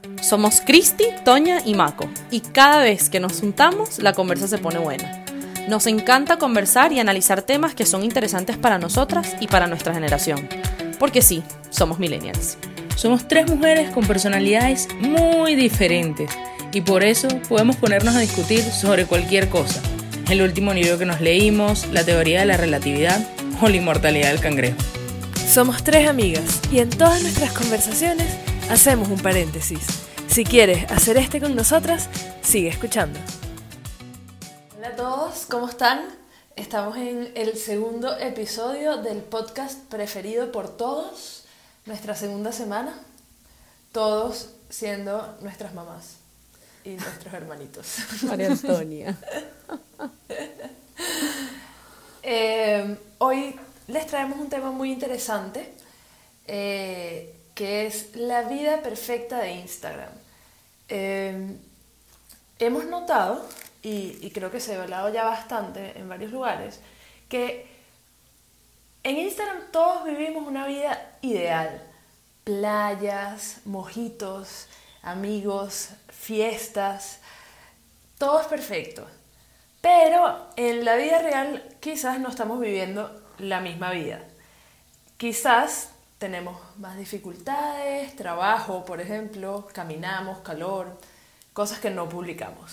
Somos Cristi, Toña y Mako, y cada vez que nos juntamos la conversa se pone buena. Nos encanta conversar y analizar temas que son interesantes para nosotras y para nuestra generación, porque sí, somos millennials. Somos 3 mujeres con personalidades muy diferentes y por eso podemos ponernos a discutir sobre cualquier cosa. El último libro que nos leímos, la teoría de la relatividad o la inmortalidad del cangrejo. Somos 3 amigas y en todas nuestras conversaciones hacemos un paréntesis. Si quieres hacer este con nosotras, sigue escuchando. Hola a todos, ¿cómo están? Estamos en el segundo episodio del podcast preferido por todos, nuestra segunda semana, todos siendo nuestras mamás y nuestros hermanitos. María Antonia. Hoy les traemos un tema muy interesante, que es la vida perfecta de Instagram. Hemos notado, y creo que se ha hablado ya bastante en varios lugares, que en Instagram todos vivimos una vida ideal. Playas, mojitos, amigos, fiestas, todo es perfecto. Pero en la vida real quizás no estamos viviendo la misma vida. Quizás tenemos más dificultades, trabajo, por ejemplo, caminamos, calor, cosas que no publicamos.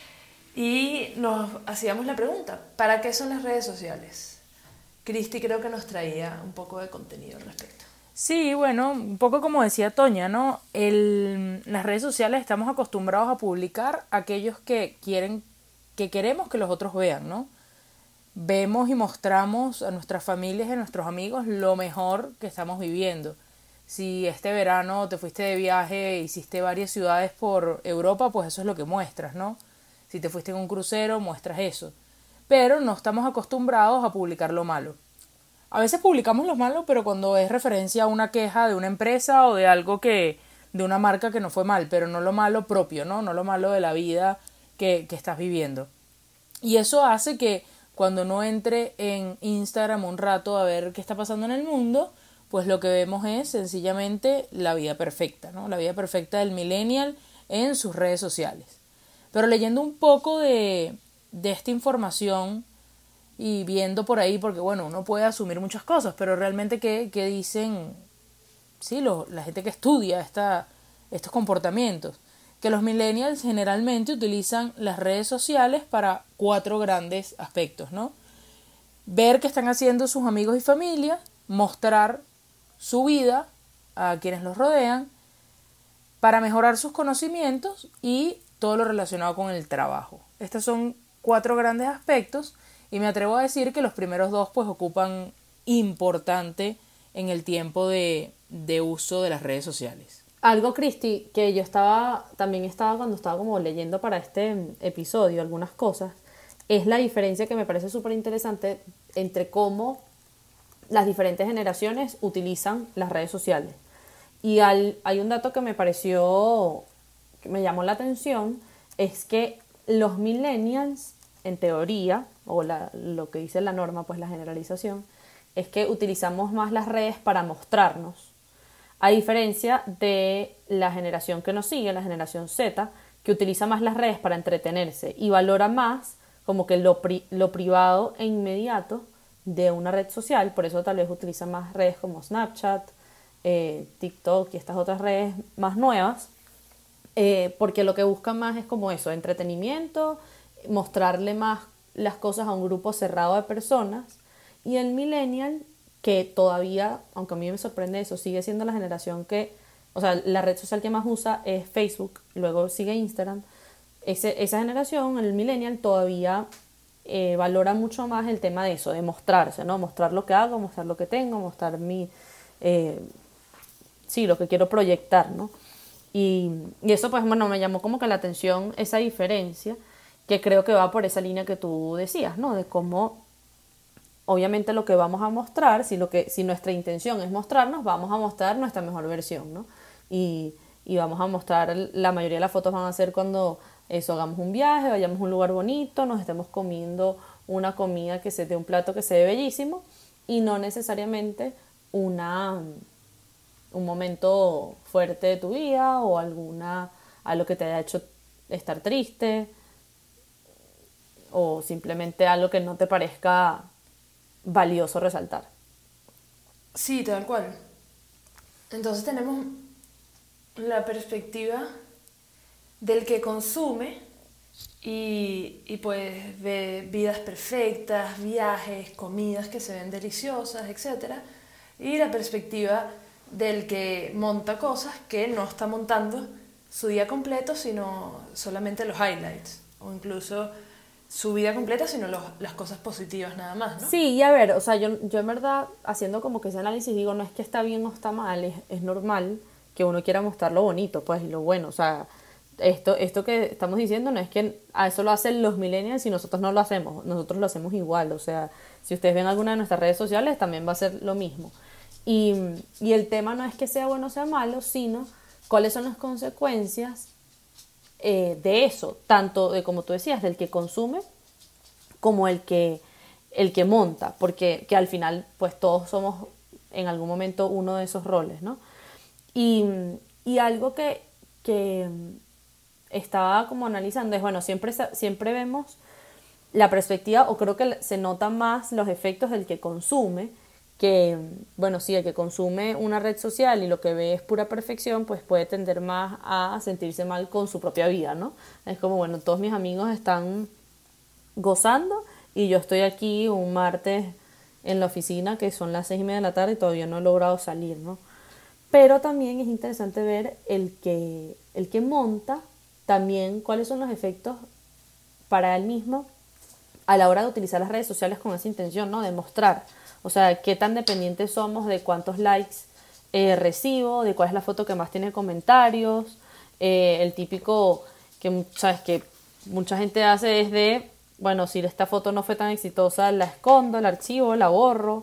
Y nos hacíamos la pregunta, ¿para qué son las redes sociales? Cristi creo que nos traía un poco de contenido al respecto. Sí, bueno, un poco como decía Toña, ¿no? Las redes sociales estamos acostumbrados a publicar aquellos que queremos que los otros vean, ¿no? Vemos y mostramos a nuestras familias y a nuestros amigos lo mejor que estamos viviendo. Si este verano te fuiste de viaje, hiciste varias ciudades por Europa, pues eso es lo que muestras, ¿no? Si te fuiste en un crucero, muestras eso. Pero no estamos acostumbrados a publicar lo malo. A veces publicamos lo malo, pero cuando es referencia a una queja de una empresa o de algo de una marca que no fue mal, pero no lo malo propio, ¿no? No lo malo de la vida que estás viviendo. Y eso hace que cuando uno entre en Instagram un rato a ver qué está pasando en el mundo, pues lo que vemos es sencillamente la vida perfecta, ¿no? La vida perfecta del millennial en sus redes sociales. Pero leyendo un poco de esta información y viendo por ahí, porque bueno, uno puede asumir muchas cosas, pero realmente qué dicen, sí, la gente que estudia estos comportamientos, que los millennials generalmente utilizan las redes sociales para 4 grandes aspectos, ¿no? Ver qué están haciendo sus amigos y familia, mostrar su vida a quienes los rodean, para mejorar sus conocimientos y todo lo relacionado con el trabajo. Estos son 4 grandes aspectos y me atrevo a decir que los primeros 2 pues ocupan importante en el tiempo de uso de las redes sociales. Algo, Cristi, que yo también estaba cuando estaba como leyendo para este episodio algunas cosas, es la diferencia que me parece súper interesante entre cómo las diferentes generaciones utilizan las redes sociales. Y hay un dato que que me llamó la atención, es que los millennials, en teoría, o lo que dice la norma, pues la generalización, es que utilizamos más las redes para mostrarnos. A diferencia de la generación que nos sigue, la generación Z, que utiliza más las redes para entretenerse y valora más como que lo privado e inmediato de una red social. Por eso tal vez utiliza más redes como Snapchat, TikTok y estas otras redes más nuevas, porque lo que buscan más es como eso, entretenimiento, mostrarle más las cosas a un grupo cerrado de personas. Y el millennial, que todavía, aunque a mí me sorprende eso, sigue siendo la generación la red social que más usa es Facebook, luego sigue Instagram. Esa generación, el millennial, todavía valora mucho más el tema de eso, de mostrarse, ¿no? Mostrar lo que hago, mostrar lo que tengo, mostrar lo que quiero proyectar, ¿no? Y eso, pues, bueno, me llamó como que la atención esa diferencia, que creo que va por esa línea que tú decías, ¿no? De cómo obviamente lo que vamos a mostrar, si nuestra intención es mostrarnos, vamos a mostrar nuestra mejor versión, ¿no? Y vamos a mostrar, la mayoría de las fotos van a ser cuando hagamos un viaje, vayamos a un lugar bonito, nos estemos comiendo una comida un plato que se ve bellísimo, y no necesariamente un momento fuerte de tu vida o algo que te haya hecho estar triste o simplemente algo que no te parezca valioso resaltar. Sí, tal cual. Entonces tenemos la perspectiva del que consume y pues ve vidas perfectas, viajes, comidas que se ven deliciosas, etc. Y la perspectiva del que monta cosas que no está montando su día completo, sino solamente los highlights, o incluso su vida completa, sino las cosas positivas nada más, ¿no? Sí, y a ver, o sea, yo en verdad, haciendo como que ese análisis, digo, no es que está bien o está mal, es normal que uno quiera mostrar lo bonito, pues, y lo bueno, o sea, esto que estamos diciendo no es que a eso lo hacen los millennials y nosotros no lo hacemos, nosotros lo hacemos igual, o sea, si ustedes ven alguna de nuestras redes sociales también va a ser lo mismo. Y el tema no es que sea bueno o sea malo, sino cuáles son las consecuencias de eso, tanto de, como tú decías, del que consume como el que monta, porque que al final pues todos somos en algún momento uno de esos roles, ¿no? Y algo que estaba como analizando es, bueno, siempre vemos la perspectiva, o creo que se notan más los efectos del que consume, que, bueno, sí, el que consume una red social y lo que ve es pura perfección, pues puede tender más a sentirse mal con su propia vida, ¿no? Es como, bueno, todos mis amigos están gozando y yo estoy aquí un martes en la oficina, que son las 6:30 de la tarde y todavía no he logrado salir, ¿no? Pero también es interesante ver el que monta, también cuáles son los efectos para él mismo a la hora de utilizar las redes sociales con esa intención, ¿no? De mostrar, o sea, qué tan dependientes somos de cuántos likes recibo, de cuál es la foto que más tiene comentarios, el típico que, sabes, que mucha gente hace es de, bueno, si esta foto no fue tan exitosa, la escondo, la archivo, la borro,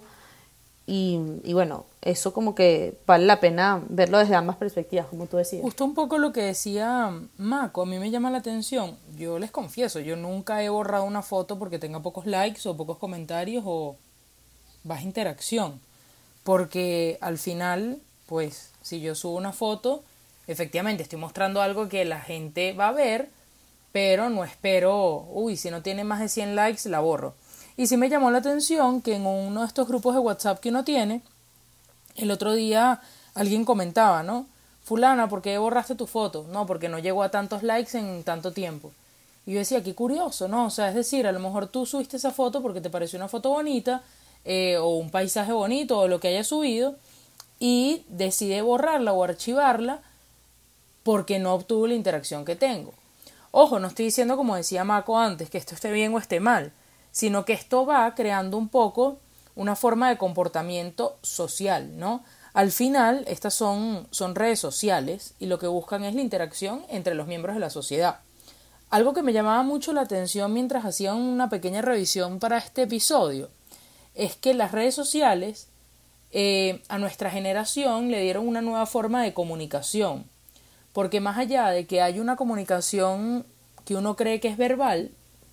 y bueno, eso como que vale la pena verlo desde ambas perspectivas, como tú decías. Justo un poco lo que decía Mako, a mí me llama la atención. Yo les confieso, yo nunca he borrado una foto porque tenga pocos likes o pocos comentarios o baja interacción. Porque al final, pues, si yo subo una foto, efectivamente estoy mostrando algo que la gente va a ver, pero no espero, uy, si no tiene más de 100 likes, la borro. Y sí me llamó la atención que en uno de estos grupos de WhatsApp que uno tiene, el otro día alguien comentaba, ¿no? Fulana, ¿por qué borraste tu foto? No, porque no llegó a tantos likes en tanto tiempo. Y yo decía, qué curioso, ¿no? O sea, es decir, a lo mejor tú subiste esa foto porque te pareció una foto bonita, o un paisaje bonito, o lo que hayas subido, y decidí borrarla o archivarla porque no obtuvo la interacción que tengo. Ojo, no estoy diciendo, como decía Mako antes, que esto esté bien o esté mal, sino que esto va creando un poco una forma de comportamiento social, ¿no? Al final, estas son redes sociales y lo que buscan es la interacción entre los miembros de la sociedad. Algo que me llamaba mucho la atención mientras hacía una pequeña revisión para este episodio es que las redes sociales a nuestra generación le dieron una nueva forma de comunicación, porque más allá de que hay una comunicación que uno cree que es verbal,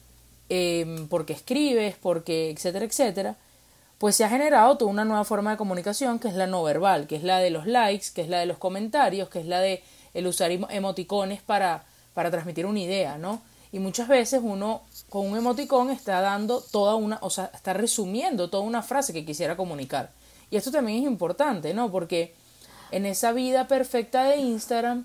porque escribes, porque etcétera, etcétera, pues se ha generado toda una nueva forma de comunicación que es la no verbal, que es la de los likes, que es la de los comentarios, que es la de el usar emoticones para transmitir una idea, ¿no? Y muchas veces uno con un emoticón está dando toda una, o sea, está resumiendo toda una frase que quisiera comunicar. Y esto también es importante, ¿no? Porque en esa vida perfecta de Instagram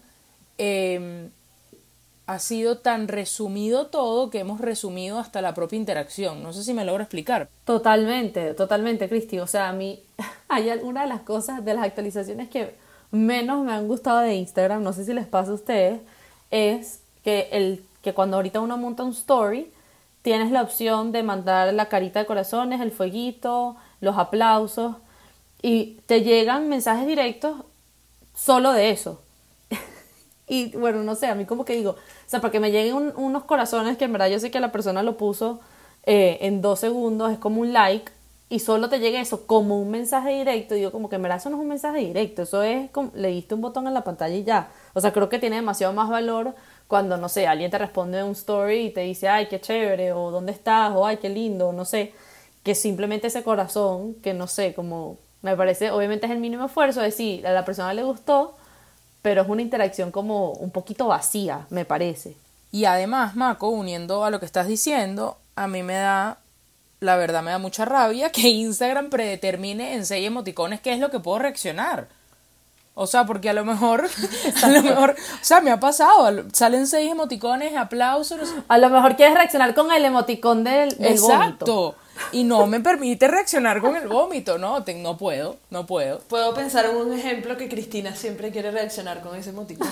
ha sido tan resumido todo que hemos resumido hasta la propia interacción. No sé si me logro explicar. Totalmente, Cristi. O sea, a mí hay algunas de las cosas, de las actualizaciones que menos me han gustado de Instagram, no sé si les pasa a ustedes, es que cuando ahorita uno monta un story, tienes la opción de mandar la carita de corazones, el fueguito, los aplausos, y te llegan mensajes directos solo de eso. Y bueno, no sé, a mí como que digo, o sea, para que me lleguen unos corazones que en verdad yo sé que la persona lo puso en 2 segundos, es como un like, y solo te llegue eso como un mensaje directo, y digo como que en verdad eso no es un mensaje directo, eso es como, le diste un botón en la pantalla y ya. O sea, creo que tiene demasiado más valor cuando, no sé, alguien te responde un story y te dice, ay, qué chévere, o dónde estás, o ay, qué lindo, no sé, que simplemente ese corazón, que no sé, como Me parece, obviamente es el mínimo esfuerzo, es decir, a la persona le gustó, pero es una interacción como un poquito vacía, me parece. Y además, Mako, uniendo a lo que estás diciendo, a mí la verdad me da mucha rabia que Instagram predetermine en 6 emoticones qué es lo que puedo reaccionar. O sea, porque a lo mejor, o sea, me ha pasado, salen 6 emoticones, aplausos. No sé. A lo mejor quieres reaccionar con el emoticón del Exacto. vómito. Y no me permite reaccionar con el vómito, no puedo. Puedo pensar en un ejemplo que Cristina siempre quiere reaccionar con ese emoticón.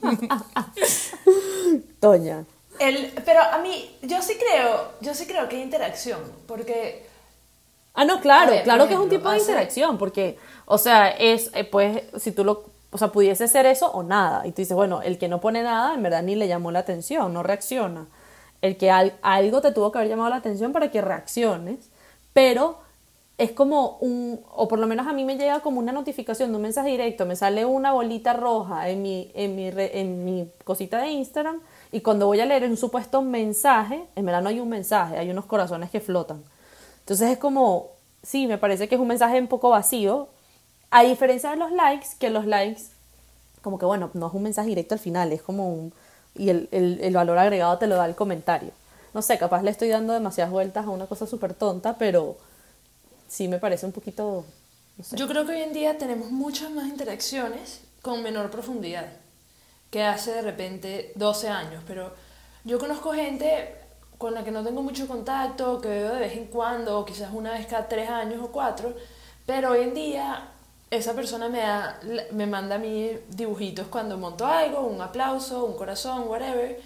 Toña. Pero a mí, yo sí creo que hay interacción, porque... No, claro, A ver, claro por que es un ejemplo, tipo de interacción, porque, o sea, pues, si tú o sea, pudiese ser eso o nada, y tú dices, bueno, el que no pone nada, en verdad ni le llamó la atención, no reacciona. El que algo te tuvo que haber llamado la atención para que reacciones, pero es como o por lo menos a mí me llega como una notificación de un mensaje directo, me sale una bolita roja en mi cosita de Instagram, y cuando voy a leer un supuesto mensaje, en verdad no hay un mensaje, hay unos corazones que flotan. Entonces es como, sí, me parece que es un mensaje un poco vacío, a diferencia de los likes, que los likes, como que bueno, no es un mensaje directo al final, es como y el valor agregado te lo da el comentario. No sé, capaz le estoy dando demasiadas vueltas a una cosa súper tonta, pero sí me parece un poquito, no sé. Yo creo que hoy en día tenemos muchas más interacciones con menor profundidad que hace de repente 12 años, pero yo conozco gente con la que no tengo mucho contacto, que veo de vez en cuando, o quizás una vez cada 3 años o 4, pero hoy en día esa persona me manda a mí dibujitos cuando monto algo, un aplauso, un corazón, whatever,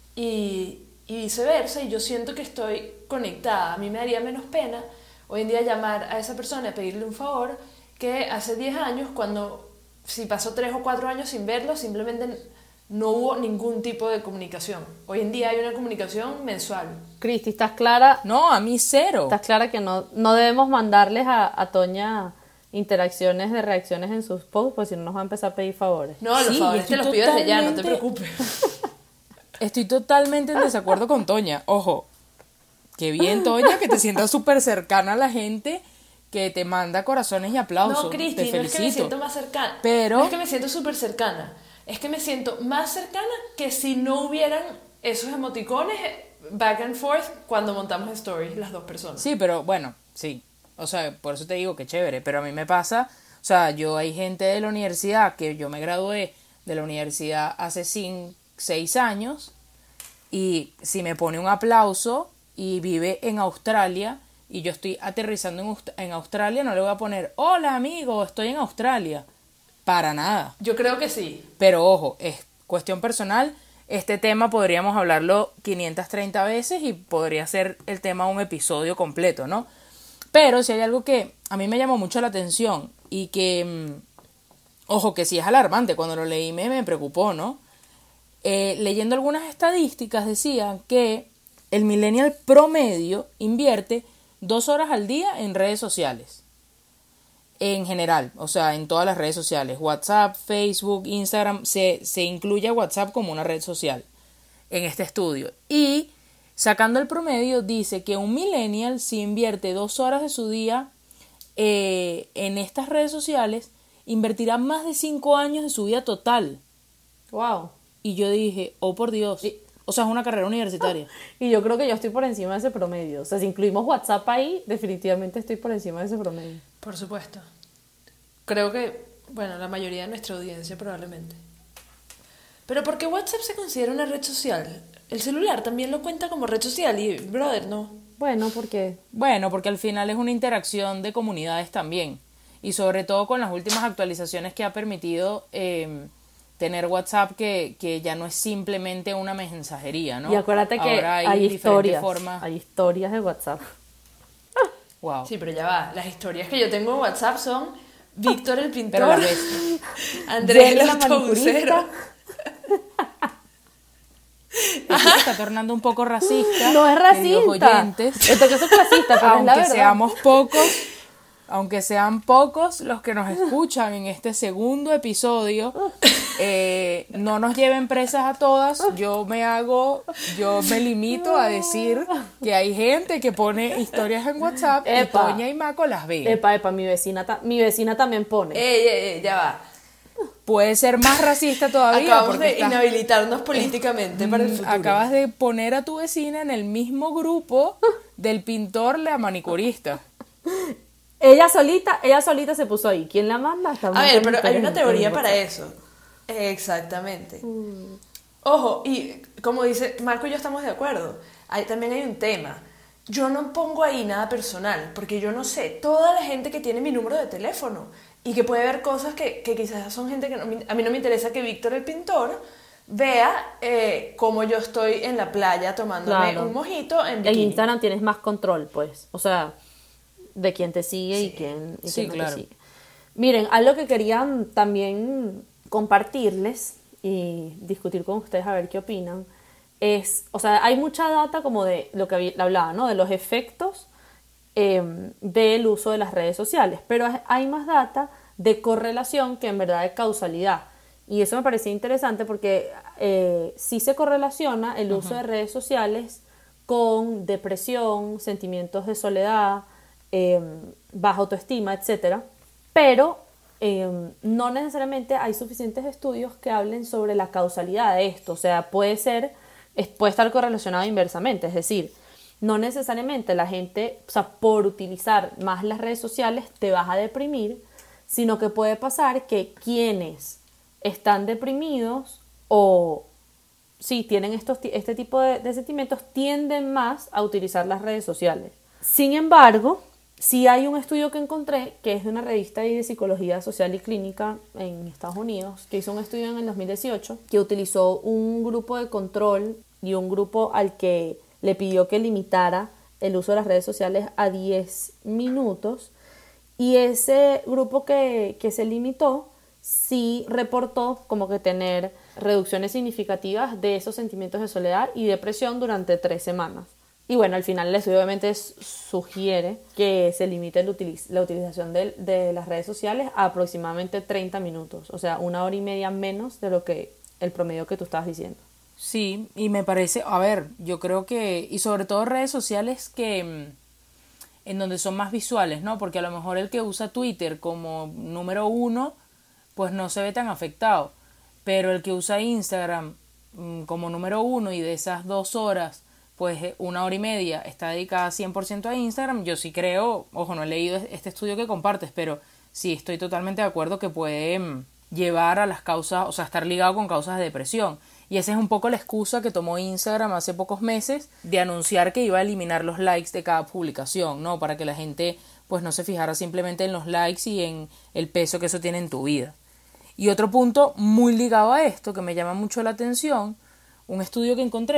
y viceversa, y yo siento que estoy conectada. A mí me daría menos pena hoy en día llamar a esa persona y pedirle un favor que hace 10 años, cuando si pasó 3 o 4 años sin verlo, simplemente no hubo ningún tipo de comunicación. Hoy en día hay una comunicación mensual. Cristi, ¿estás clara? No, a mí cero. ¿Estás clara que no debemos mandarles a Toña interacciones de reacciones en sus posts? Pues si no nos va a empezar a pedir favores. No, los Sí, favores te los pido desde ya, no te totalmente- preocupes. Estoy totalmente en desacuerdo con Toña. Ojo, qué bien, Toña, que te sientas súper cercana a la gente que te manda corazones y aplausos. No, Cristi, te no es que me felicito. siento más cercana. Pero- No es que me siento súper cercana. Es que me siento más cercana que si no hubieran esos emoticones back and forth cuando montamos stories las dos personas. Sí, pero bueno, sí. O sea, por eso te digo que chévere. Pero a mí me pasa, o sea, hay gente de la universidad, que yo me gradué de la universidad hace 6 años, y si me pone un aplauso y vive en Australia y yo estoy aterrizando en Australia, no le voy a poner, hola amigo, estoy en Australia. Para nada. Yo creo que sí. Pero ojo, es cuestión personal. Este tema podríamos hablarlo 530 veces y podría ser el tema de un episodio completo, ¿no? Pero si hay algo que a mí me llamó mucho la atención y que, ojo, que sí es alarmante, cuando lo leí me preocupó, ¿no? Leyendo algunas estadísticas decían que el millennial promedio invierte 2 horas al día en redes sociales. En general, o sea, en todas las redes sociales, WhatsApp, Facebook, Instagram, se incluye a WhatsApp como una red social en este estudio. Y sacando el promedio, dice que un millennial, si invierte 2 horas de su día en estas redes sociales, invertirá más de 5 años de su vida total. Wow. Y yo dije, oh por Dios, o sea, es una carrera universitaria. Y yo creo que yo estoy por encima de ese promedio. O sea, si incluimos WhatsApp ahí, definitivamente estoy por encima de ese promedio. Por supuesto. Creo que, bueno, la mayoría de nuestra audiencia probablemente. Pero ¿por qué WhatsApp se considera una red social? El celular también lo cuenta como red social y, brother, no. Bueno, porque Bueno, porque al final es una interacción de comunidades también. Y sobre todo con las últimas actualizaciones que ha permitido tener WhatsApp, que ya no es simplemente una mensajería, ¿no? y acuérdate que Ahora hay hay diferentes historias, formas. hay historias de WhatsApp. Wow. Sí, pero ya va. Las historias que yo tengo en WhatsApp son Víctor el pintor, Pero las ves. Andrés Jenny el la autobusero. manicurista. Esto se está tornando un poco racista. No es queridos racista. oyentes. Esto que es racista, pero es la Aunque verdad. seamos pocos, aunque sean pocos los que nos escuchan en este segundo episodio No nos lleven presas a todas. Yo me limito a decir que hay gente que pone historias en WhatsApp y Toña y Maco las ven. Epa, mi vecina también pone. Ya va. Puede ser más racista todavía. Acabamos de inhabilitarnos políticamente para el futuro. Acabas de poner a tu vecina en el mismo grupo del pintor la manicurista. Ella solita se puso ahí. ¿Quién la manda? A ver, pero hay una teoría para eso. Exactamente. Ojo, y como dice Marco y yo estamos de acuerdo, también hay un tema. Yo no pongo ahí nada personal, porque yo no sé, toda la gente que tiene mi número de teléfono y que puede ver cosas que quizás son gente que a mí no me interesa que Víctor el pintor vea cómo yo estoy en la playa tomándome un mojito en bikini. En Instagram tienes más control, pues, o sea, de quién te sigue y quién no te sigue. Miren, algo que querían también compartirles y discutir con ustedes a ver qué opinan es, o sea, hay mucha data como de lo que hablaba, ¿no? De los efectos del uso de las redes sociales, pero hay más data de correlación que en verdad de causalidad, y eso me parecía interesante porque sí se correlaciona el uso de redes sociales con depresión, sentimientos de soledad, baja autoestima, etcétera, pero no necesariamente hay suficientes estudios que hablen sobre la causalidad de esto. O sea, puede estar correlacionado inversamente, es decir, no necesariamente la gente, o sea, por utilizar más las redes sociales te vas a deprimir, sino que puede pasar que quienes están deprimidos o sí tienen este tipo de sentimientos tienden más a utilizar las redes sociales. Sin embargo, sí hay un estudio que encontré que es de una revista de psicología social y clínica en Estados Unidos, que hizo un estudio en el 2018 que utilizó un grupo de control y un grupo al que le pidió que limitara el uso de las redes sociales a 10 minutos, y ese grupo que se limitó sí reportó como que tener reducciones significativas de esos sentimientos de soledad y depresión durante 3 semanas. Y bueno, al final el estudio obviamente sugiere que se limite la utilización de las redes sociales a aproximadamente 30 minutos, o sea, 1 hora y media menos de lo que el promedio que tú estabas diciendo. Sí, y me parece, a ver, yo creo que, y sobre todo redes sociales que en donde son más visuales, ¿no? Porque a lo mejor el que usa Twitter como número 1, pues no se ve tan afectado, pero el que usa Instagram como número 1 y de esas 2 horas, pues 1 hora y media está dedicada 100% a Instagram, yo sí creo, ojo, no he leído este estudio que compartes, pero sí estoy totalmente de acuerdo que puede llevar a las causas, o sea, estar ligado con causas de depresión. Y esa es un poco la excusa que tomó Instagram hace pocos meses de anunciar que iba a eliminar los likes de cada publicación, ¿no? Para que la gente pues no se fijara simplemente en los likes y en el peso que eso tiene en tu vida. Y otro punto muy ligado a esto que me llama mucho la atención, un estudio que encontré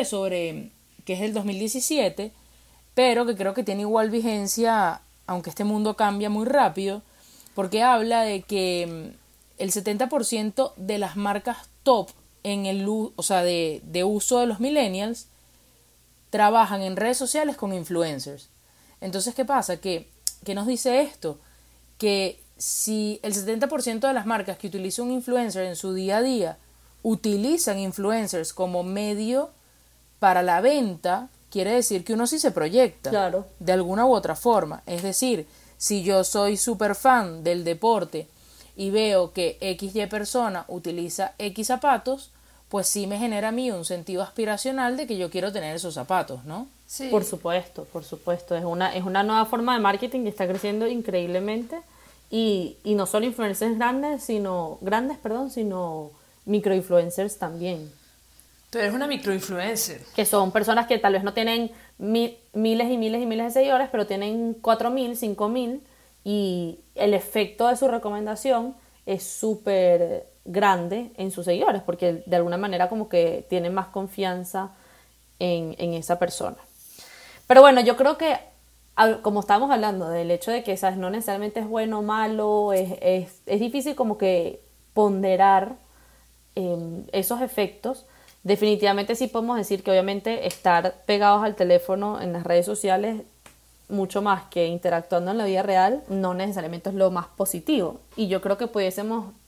que es del 2017, pero que creo que tiene igual vigencia, aunque este mundo cambia muy rápido, porque habla de que el 70% de las marcas top en el de uso de los millennials trabajan en redes sociales con influencers. Entonces, ¿qué pasa? ¿Qué nos dice esto? Que si el 70% de las marcas que utilizan un influencer en su día a día utilizan influencers como medio para la venta, quiere decir que uno sí se proyecta, claro, de alguna u otra forma. Es decir, si yo soy súper fan del deporte y veo que XY persona utiliza X zapatos, pues sí me genera a mí un sentido aspiracional de que yo quiero tener esos zapatos, ¿no? Sí. Por supuesto. Es una nueva forma de marketing que está creciendo increíblemente, y no solo influencers grandes, sino microinfluencers también. Tú eres una microinfluencer. Que son personas que tal vez no tienen miles y miles y miles de seguidores, pero tienen 4,000, 5,000, y el efecto de su recomendación es súper grande en sus seguidores, porque de alguna manera como que tienen más confianza en esa persona. Pero bueno, yo creo que, como estábamos hablando del hecho de que, ¿sabes?, no necesariamente es bueno o malo, es difícil como que ponderar esos efectos. Definitivamente sí podemos decir que obviamente estar pegados al teléfono en las redes sociales mucho más que interactuando en la vida real no necesariamente es lo más positivo, y yo creo que pudiésemos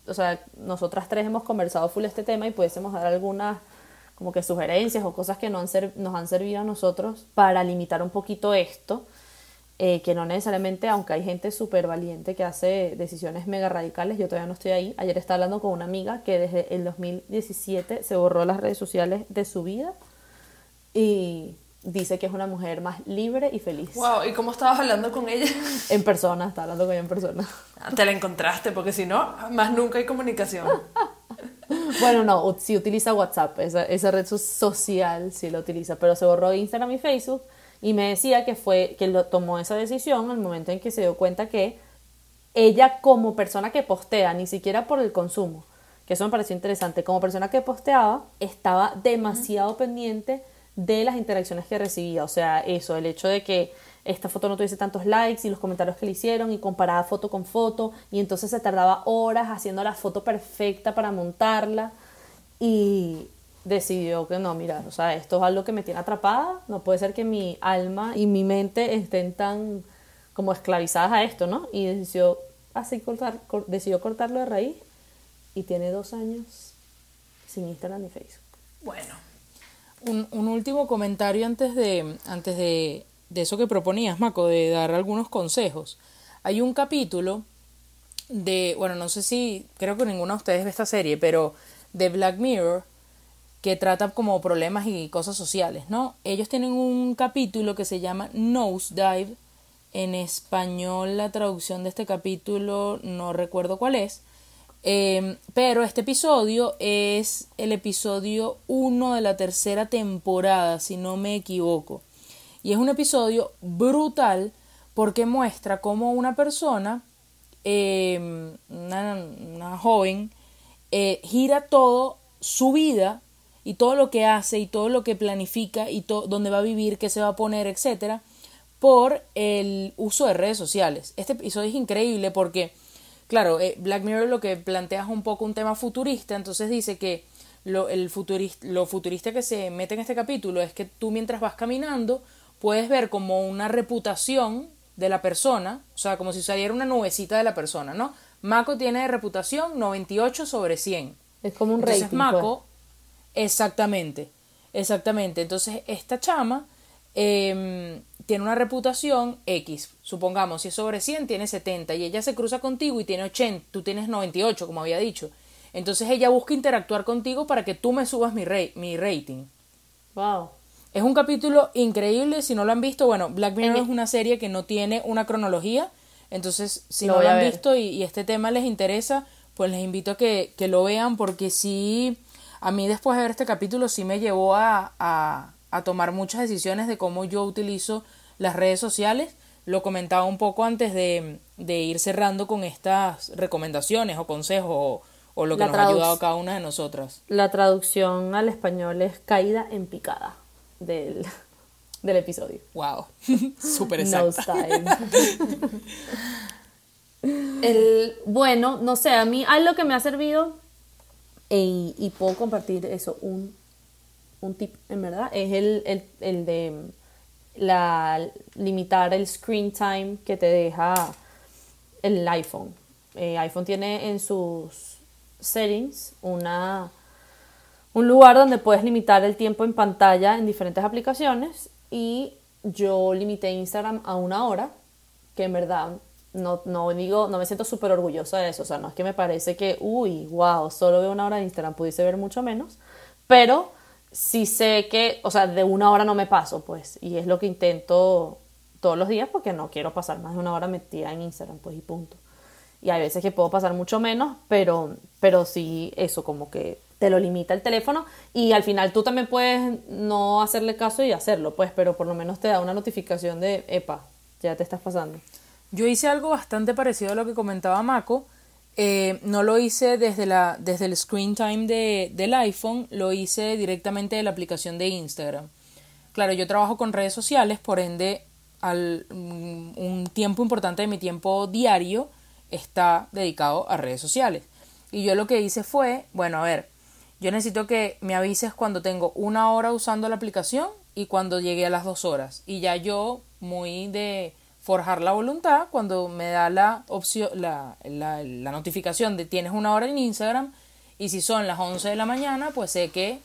o sea, nosotras tres hemos conversado full este tema y pudiésemos dar algunas como que sugerencias o cosas que nos han servido a nosotros para limitar un poquito esto, que no necesariamente, aunque hay gente súper valiente que hace decisiones mega radicales, yo todavía no estoy ahí. Ayer estaba hablando con una amiga que desde el 2017 se borró las redes sociales de su vida y dice que es una mujer más libre y feliz. Wow, ¿y cómo estabas hablando con ella? En persona, estaba hablando con ella en persona. Te la encontraste, porque si no, más nunca hay comunicación. Bueno, no, sí utiliza WhatsApp, esa red social sí la utiliza, pero se borró Instagram y Facebook y me decía que tomó esa decisión al momento en que se dio cuenta que ella como persona que postea, ni siquiera por el consumo, que eso me pareció interesante, como persona que posteaba, estaba demasiado pendiente de las interacciones que recibía, o sea, eso, el hecho de que esta foto no tuviese tantos likes y los comentarios que le hicieron y comparaba foto con foto y entonces se tardaba horas haciendo la foto perfecta para montarla y decidió que no, mira, o sea, esto es algo que me tiene atrapada, no puede ser que mi alma y mi mente estén tan como esclavizadas a esto, ¿no? Y decidió decidió cortarlo de raíz y tiene 2 años sin Instagram ni Facebook. Bueno, Un último comentario antes de eso que proponías, Maco, de dar algunos consejos. Hay un capítulo bueno, no sé si, creo que ninguno de ustedes ve esta serie, pero de Black Mirror, que trata como problemas y cosas sociales, ¿no? Ellos tienen un capítulo que se llama Nosedive. En español la traducción de este capítulo no recuerdo cuál es, pero este episodio es el episodio 1 de la 3ª temporada, si no me equivoco. Y es un episodio brutal porque muestra cómo una persona, una joven, gira todo su vida y todo lo que hace y todo lo que planifica y dónde va a vivir, qué se va a poner, etcétera, por el uso de redes sociales. Este episodio es increíble porque, claro, Black Mirror lo que plantea es un poco un tema futurista, entonces dice que lo futurista que se mete en este capítulo es que tú mientras vas caminando puedes ver como una reputación de la persona, o sea, como si saliera una nubecita de la persona, ¿no? Mako tiene de reputación 98/100. Es como un Entonces rating, Mako, exactamente. Entonces esta chama tiene una reputación X, supongamos, si es sobre 100 tiene 70 y ella se cruza contigo y tiene 80, tú tienes 98, como había dicho. Entonces ella busca interactuar contigo para que tú me subas mi rating. Wow. Es un capítulo increíble, si no lo han visto, bueno, Black Mirror es una serie que no tiene una cronología, entonces si no lo han visto y este tema les interesa, pues les invito a que lo vean porque sí, a mí después de ver este capítulo sí me llevó a tomar muchas decisiones de cómo yo utilizo las redes sociales. Lo comentaba un poco antes de ir cerrando con estas recomendaciones o consejos o lo que nos ha ayudado a cada una de nosotras. La traducción al español es caída en picada del episodio. Wow, súper exacta. Bueno, no sé, a mí algo que me ha servido y puedo compartir eso, un tip en verdad, es el de limitar el screen time que te deja el iPhone. iPhone tiene en sus settings un lugar donde puedes limitar el tiempo en pantalla en diferentes aplicaciones y yo limité Instagram a 1 hora, que en verdad no me siento súper orgullosa de eso, o sea, no es que me parece que, wow, solo veo 1 hora de Instagram, pudiese ver mucho menos, pero sí sé que, o sea, de 1 hora no me paso, pues, y es lo que intento todos los días porque no quiero pasar más de 1 hora metida en Instagram, pues, y punto. Y hay veces que puedo pasar mucho menos, pero sí, eso como que te lo limita el teléfono y al final tú también puedes no hacerle caso y hacerlo, pues, pero por lo menos te da una notificación de, epa, ya te estás pasando. Yo hice algo bastante parecido a lo que comentaba Mako. No lo hice desde el screen time del iPhone, lo hice directamente de la aplicación de Instagram. Claro, yo trabajo con redes sociales, por ende, un tiempo importante de mi tiempo diario está dedicado a redes sociales. Y yo lo que hice fue, bueno, a ver, yo necesito que me avises cuando tengo 1 hora usando la aplicación y cuando llegué a las 2 horas. Y ya yo, muy de forjar la voluntad cuando me da la opción, la notificación de tienes una hora en Instagram, y si son las 11 de la mañana, pues sé que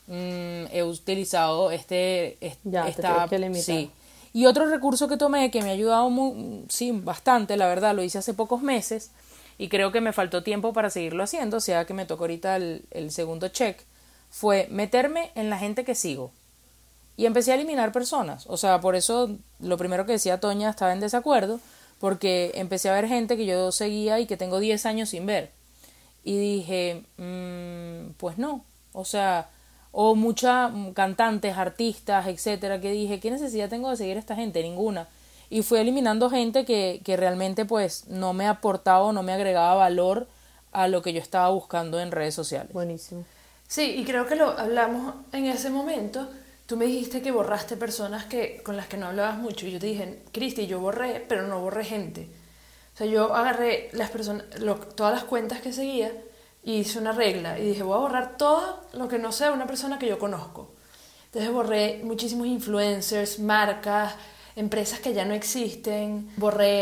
he utilizado Ya, te esta tienes que limitar. sí. Y otro recurso que tomé que me ha ayudado sí, bastante, la verdad, lo hice hace pocos meses y creo que me faltó tiempo para seguirlo haciendo, o sea que me tocó ahorita el segundo check, fue meterme en la gente que sigo. Y empecé a eliminar personas. O sea, por eso lo primero que decía Toña estaba en desacuerdo, porque empecé a ver gente que yo seguía y que tengo 10 años sin ver. Y dije, pues no. O sea, o muchas cantantes, artistas, etcétera, que dije, ¿qué necesidad tengo de seguir a esta gente? Ninguna. Y fui eliminando gente que realmente pues no me aportaba o no me agregaba valor a lo que yo estaba buscando en redes sociales. Buenísimo. Sí, y creo que lo hablamos en ese momento. Tú me dijiste que borraste personas con las que no hablabas mucho. Y yo te dije, Cristi, yo borré, pero no borré gente. O sea, yo agarré las personas, todas las cuentas que seguía y hice una regla. Y dije, voy a borrar todo lo que no sea una persona que yo conozco. Entonces borré muchísimos influencers, marcas, empresas que ya no existen.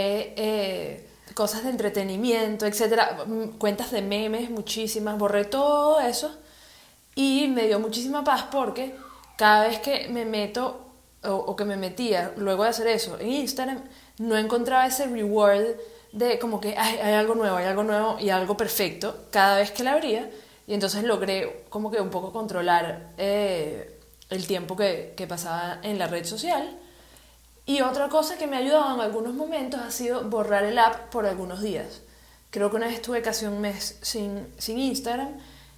Borré cosas de entretenimiento, etcétera, cuentas de memes, muchísimas. Borré todo eso. Y me dio muchísima paz porque cada vez que me meto o que me metía luego de hacer eso en Instagram, no encontraba ese reward de como que hay algo nuevo y algo perfecto cada vez que la abría, y entonces logré como que un poco controlar el tiempo que pasaba en la red social. Y otra cosa que me ha ayudado en algunos momentos ha sido borrar el app por algunos días. Creo que una vez estuve casi un mes sin Instagram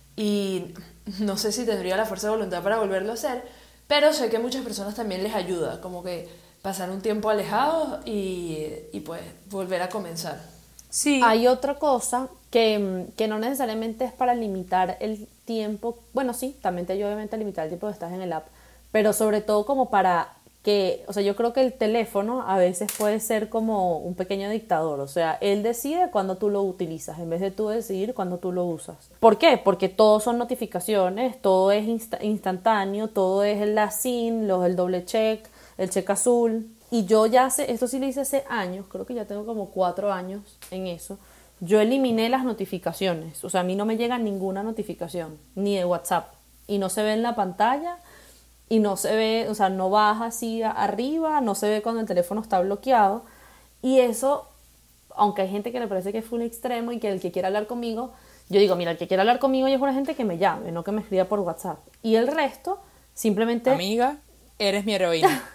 y no sé si tendría la fuerza de voluntad para volverlo a hacer, pero sé que a muchas personas también les ayuda, como que pasar un tiempo alejados y pues volver a comenzar. Sí. Hay otra cosa que no necesariamente es para limitar el tiempo, bueno sí, también te ayuda obviamente a limitar el tiempo que estás en el app, pero sobre todo como para que, o sea, yo creo que el teléfono a veces puede ser como un pequeño dictador, o sea, él decide cuándo tú lo utilizas en vez de tú decidir cuándo tú lo usas. ¿Por qué? Porque todo son notificaciones, todo es instantáneo, todo es la SIN, el doble check, el check azul, y yo ya esto sí lo hice hace años, creo que ya tengo como 4 años en eso. Yo eliminé las notificaciones, o sea, a mí no me llega ninguna notificación, ni de WhatsApp, y no se ve en la pantalla, y no se ve, o sea, no baja así arriba, no se ve cuando el teléfono está bloqueado, y eso, aunque hay gente que le parece que es un extremo y que el que quiera hablar conmigo, yo digo, mira, el que quiera hablar conmigo es una gente que me llame, no que me escriba por WhatsApp, y el resto, simplemente... Amiga, eres mi heroína.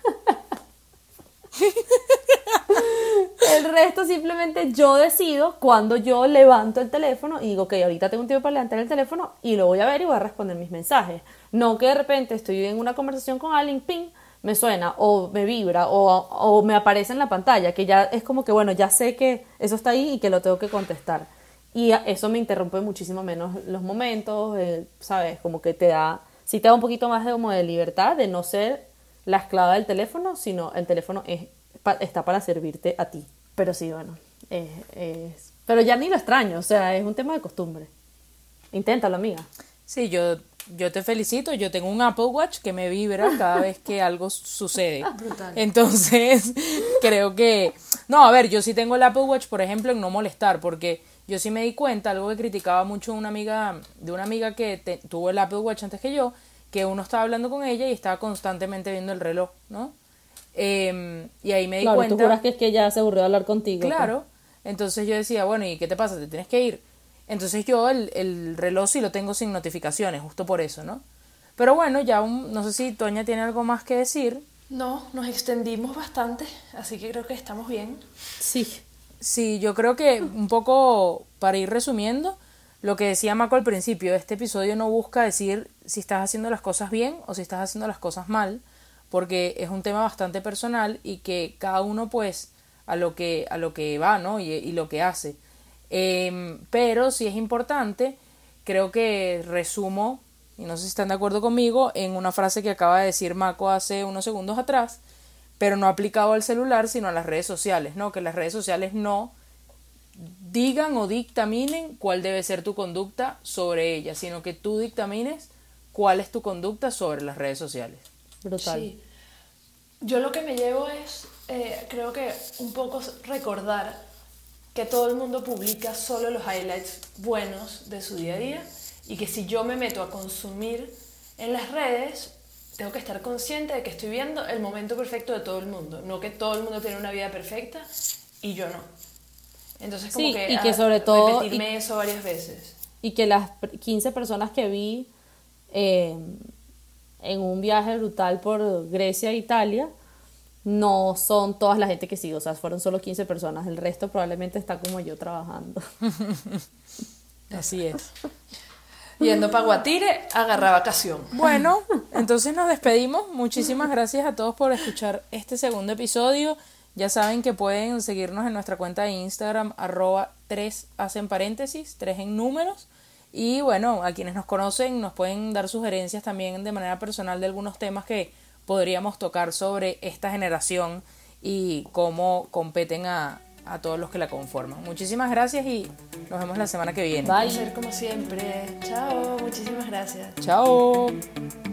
El resto simplemente yo decido cuando yo levanto el teléfono y digo, ok, ahorita tengo un tiempo para levantar el teléfono y lo voy a ver y voy a responder mis mensajes. No que de repente estoy en una conversación con alguien, ping, me suena o me vibra o me aparece en la pantalla, que ya es como que, bueno, ya sé que eso está ahí y que lo tengo que contestar. Y eso me interrumpe muchísimo menos los momentos, ¿sabes? Como que sí te da un poquito más de libertad de no ser la esclava del teléfono, sino el teléfono está para servirte a ti. Pero sí, bueno, pero ya ni lo extraño, o sea, es un tema de costumbre. Inténtalo, amiga. Sí, yo te felicito, yo tengo un Apple Watch que me vibra cada vez que algo sucede. Brutal. Entonces, creo que... No, a ver, yo sí tengo el Apple Watch, por ejemplo, en no molestar, porque yo sí me di cuenta, algo que criticaba mucho de una amiga que tuvo el Apple Watch antes que yo, que uno estaba hablando con ella y estaba constantemente viendo el reloj, ¿no? Y ahí me di Claro, cuenta... tú juras que es que ya se aburrió de hablar contigo. Claro, entonces yo decía, bueno, ¿y qué te pasa? ¿Te tienes que ir? Entonces yo el reloj sí lo tengo sin notificaciones, justo por eso, ¿no? Pero bueno, ya no sé si Toña tiene algo más que decir. No, nos extendimos bastante, así que creo que estamos bien. Sí. Sí, yo creo que un poco para ir resumiendo, lo que decía Maco al principio, este episodio no busca decir si estás haciendo las cosas bien o si estás haciendo las cosas mal, porque es un tema bastante personal y que cada uno pues a lo que va, ¿no? Y lo que hace. Pero sí es importante, creo que resumo, y no sé si están de acuerdo conmigo, en una frase que acaba de decir Mako hace unos segundos atrás, pero no aplicado al celular, sino a las redes sociales, ¿no? Que las redes sociales no digan o dictaminen cuál debe ser tu conducta sobre ellas, sino que tú dictamines cuál es tu conducta sobre las redes sociales. Brutal. Sí. Yo lo que me llevo es creo que un poco recordar que todo el mundo publica solo los highlights buenos de su día a día y que si yo me meto a consumir en las redes, tengo que estar consciente de que estoy viendo el momento perfecto de todo el mundo, no que todo el mundo tiene una vida perfecta y yo no. Entonces como Sí, que, y que sobre todo repetirme eso varias veces. y que las 15 personas que vi en un viaje brutal por Grecia e Italia no son toda la gente que sigo, o sea, fueron solo 15 personas, el resto probablemente está como yo trabajando. Así es. Yendo para Guatire, agarra vacación. Bueno, entonces nos despedimos. Muchísimas gracias a todos por escuchar este segundo episodio. Ya saben que pueden seguirnos en nuestra cuenta de Instagram, @3 hacen paréntesis, 3 en números. Y bueno, a quienes nos conocen nos pueden dar sugerencias también de manera personal de algunos temas que podríamos tocar sobre esta generación y cómo competen a todos los que la conforman. Muchísimas gracias y nos vemos la semana que viene. Bye. Ser como siempre. Chao, muchísimas gracias. Chao.